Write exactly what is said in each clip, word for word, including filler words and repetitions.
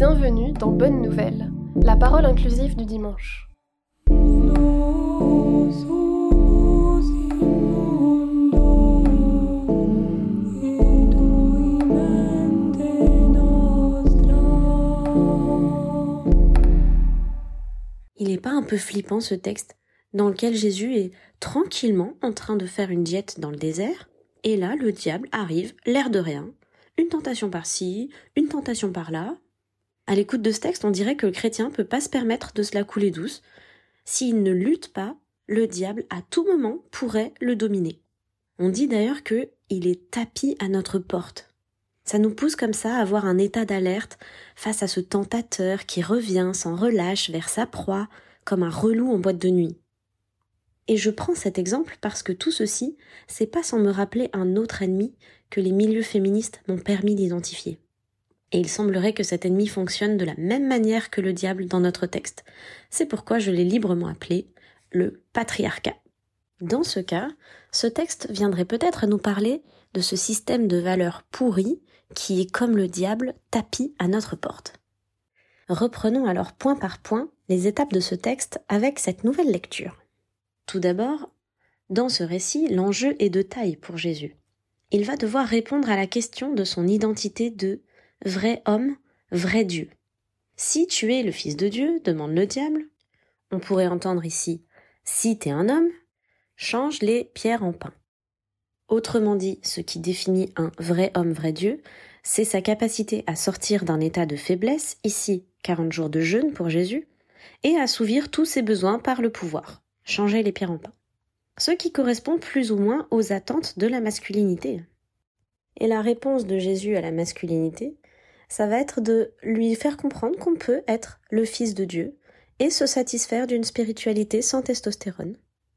Bienvenue dans Bonne Nouvelle, la parole inclusive du dimanche. Il n'est pas un peu flippant ce texte dans lequel Jésus est tranquillement en train de faire une diète dans le désert, et là le diable arrive, l'air de rien, une tentation par-ci, une tentation par-là. À l'écoute de ce texte, on dirait que le chrétien peut pas se permettre de se la couler douce. S'il ne lutte pas, le diable à tout moment pourrait le dominer. On dit d'ailleurs que il est tapi à notre porte. Ça nous pousse comme ça à avoir un état d'alerte face à ce tentateur qui revient sans relâche vers sa proie comme un relou en boîte de nuit. Et je prends cet exemple parce que tout ceci, c'est pas sans me rappeler un autre ennemi que les milieux féministes m'ont permis d'identifier. Et il semblerait que cet ennemi fonctionne de la même manière que le diable dans notre texte. C'est pourquoi je l'ai librement appelé le patriarcat. Dans ce cas, ce texte viendrait peut-être nous parler de ce système de valeurs pourries qui est comme le diable tapi à notre porte. Reprenons alors point par point les étapes de ce texte avec cette nouvelle lecture. Tout d'abord, dans ce récit, l'enjeu est de taille pour Jésus. Il va devoir répondre à la question de son identité de vrai homme, vrai Dieu. Si tu es le Fils de Dieu, demande le diable. On pourrait entendre ici, si t'es un homme, change les pierres en pain. Autrement dit, ce qui définit un vrai homme, vrai Dieu, c'est sa capacité à sortir d'un état de faiblesse, ici quarante jours de jeûne pour Jésus, et à assouvir tous ses besoins par le pouvoir, changer les pierres en pain. Ce qui correspond plus ou moins aux attentes de la masculinité. Et la réponse de Jésus à la masculinité, ça va être de lui faire comprendre qu'on peut être le Fils de Dieu et se satisfaire d'une spiritualité sans testostérone.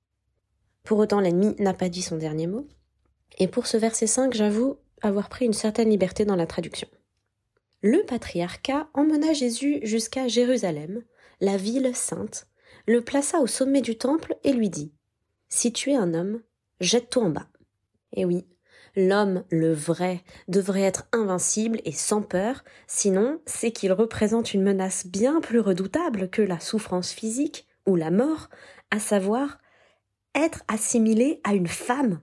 Pour autant, l'ennemi n'a pas dit son dernier mot. Et pour ce verset cinq, j'avoue avoir pris une certaine liberté dans la traduction. Le patriarcat emmena Jésus jusqu'à Jérusalem, la ville sainte, le plaça au sommet du temple et lui dit « Si tu es un homme, jette-toi en bas. » Et oui, l'homme, le vrai, devrait être invincible et sans peur, sinon c'est qu'il représente une menace bien plus redoutable que la souffrance physique ou la mort, à savoir être assimilé à une femme.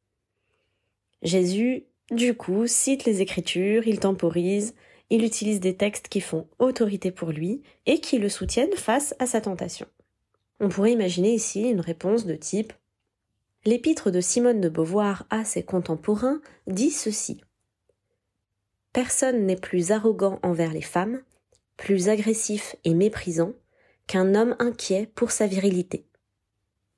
Jésus, du coup, cite les Écritures, il temporise, il utilise des textes qui font autorité pour lui et qui le soutiennent face à sa tentation. On pourrait imaginer ici une réponse de type « L'épître de Simone de Beauvoir à ses contemporains dit ceci. Personne n'est plus arrogant envers les femmes, plus agressif et méprisant qu'un homme inquiet pour sa virilité. Amen. »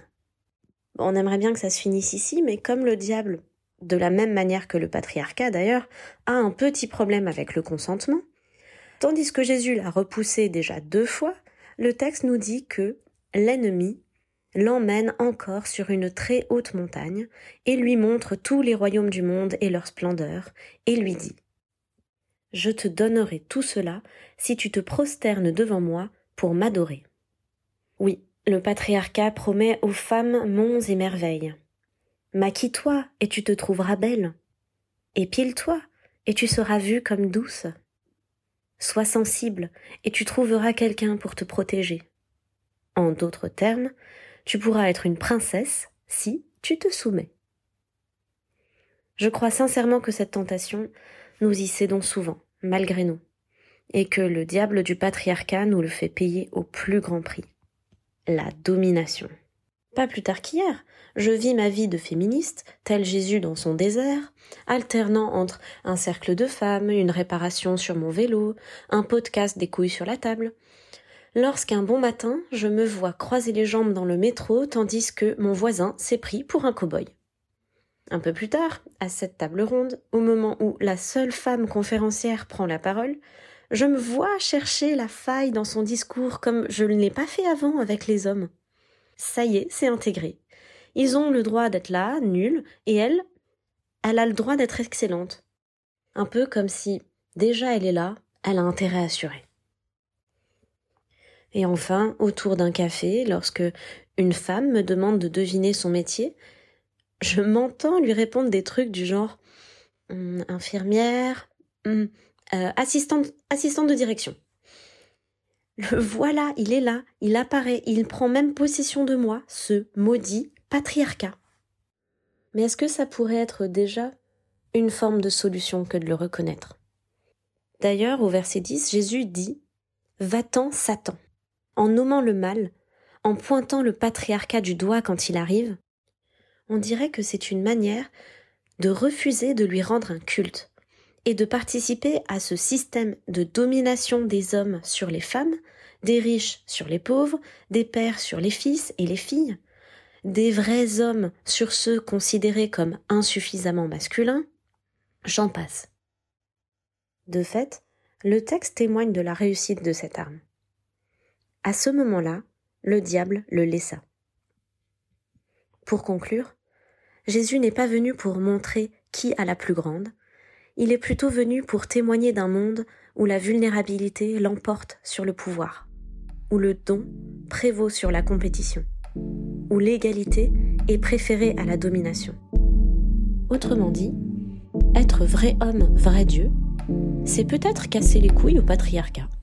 On aimerait bien que ça se finisse ici, mais comme le diable, de la même manière que le patriarcat d'ailleurs, a un petit problème avec le consentement, tandis que Jésus l'a repoussé déjà deux fois, le texte nous dit que l'ennemi l'emmène encore sur une très haute montagne et lui montre tous les royaumes du monde et leur splendeur, et lui dit « Je te donnerai tout cela si tu te prosternes devant moi pour m'adorer. » Oui, le patriarcat promet aux femmes monts et merveilles. Maquille-toi et tu te trouveras belle. Épile-toi et tu seras vue comme douce. Sois sensible et tu trouveras quelqu'un pour te protéger. En d'autres termes, tu pourras être une princesse si tu te soumets. Je crois sincèrement que cette tentation, nous y cédons souvent, malgré nous, et que le diable du patriarcat nous le fait payer au plus grand prix. La domination. Pas plus tard qu'hier, je vis ma vie de féministe, tel Jésus dans son désert, alternant entre un cercle de femmes, une réparation sur mon vélo, un podcast des couilles sur la table, lorsqu'un bon matin, je me vois croiser les jambes dans le métro tandis que mon voisin s'est pris pour un cow-boy. Un peu plus tard, à cette table ronde, au moment où la seule femme conférencière prend la parole, je me vois chercher la faille dans son discours comme je ne l'ai pas fait avant avec les hommes. Ça y est, c'est intégré. Ils ont le droit d'être là, nuls, et elle, elle a le droit d'être excellente. Un peu comme si, déjà elle est là, elle a intérêt assuré. Et enfin, autour d'un café, lorsque une femme me demande de deviner son métier, je m'entends lui répondre des trucs du genre hum, « infirmière, hum, euh, assistante, assistante de direction. Le voilà, il est là, il apparaît, il prend même possession de moi, ce maudit patriarcat. Mais est-ce que ça pourrait être déjà une forme de solution que de le reconnaître? D'ailleurs, au verset dix, Jésus dit « Va-t'en, Satan ». En nommant le mal, en pointant le patriarcat du doigt quand il arrive, on dirait que c'est une manière de refuser de lui rendre un culte et de participer à ce système de domination des hommes sur les femmes, des riches sur les pauvres, des pères sur les fils et les filles, des vrais hommes sur ceux considérés comme insuffisamment masculins, j'en passe. De fait, le texte témoigne de la réussite de cette arme. À ce moment-là, le diable le laissa. Pour conclure, Jésus n'est pas venu pour montrer qui a la plus grande, il est plutôt venu pour témoigner d'un monde où la vulnérabilité l'emporte sur le pouvoir, où le don prévaut sur la compétition, où l'égalité est préférée à la domination. Autrement dit, être vrai homme, vrai Dieu, c'est peut-être casser les couilles au patriarcat.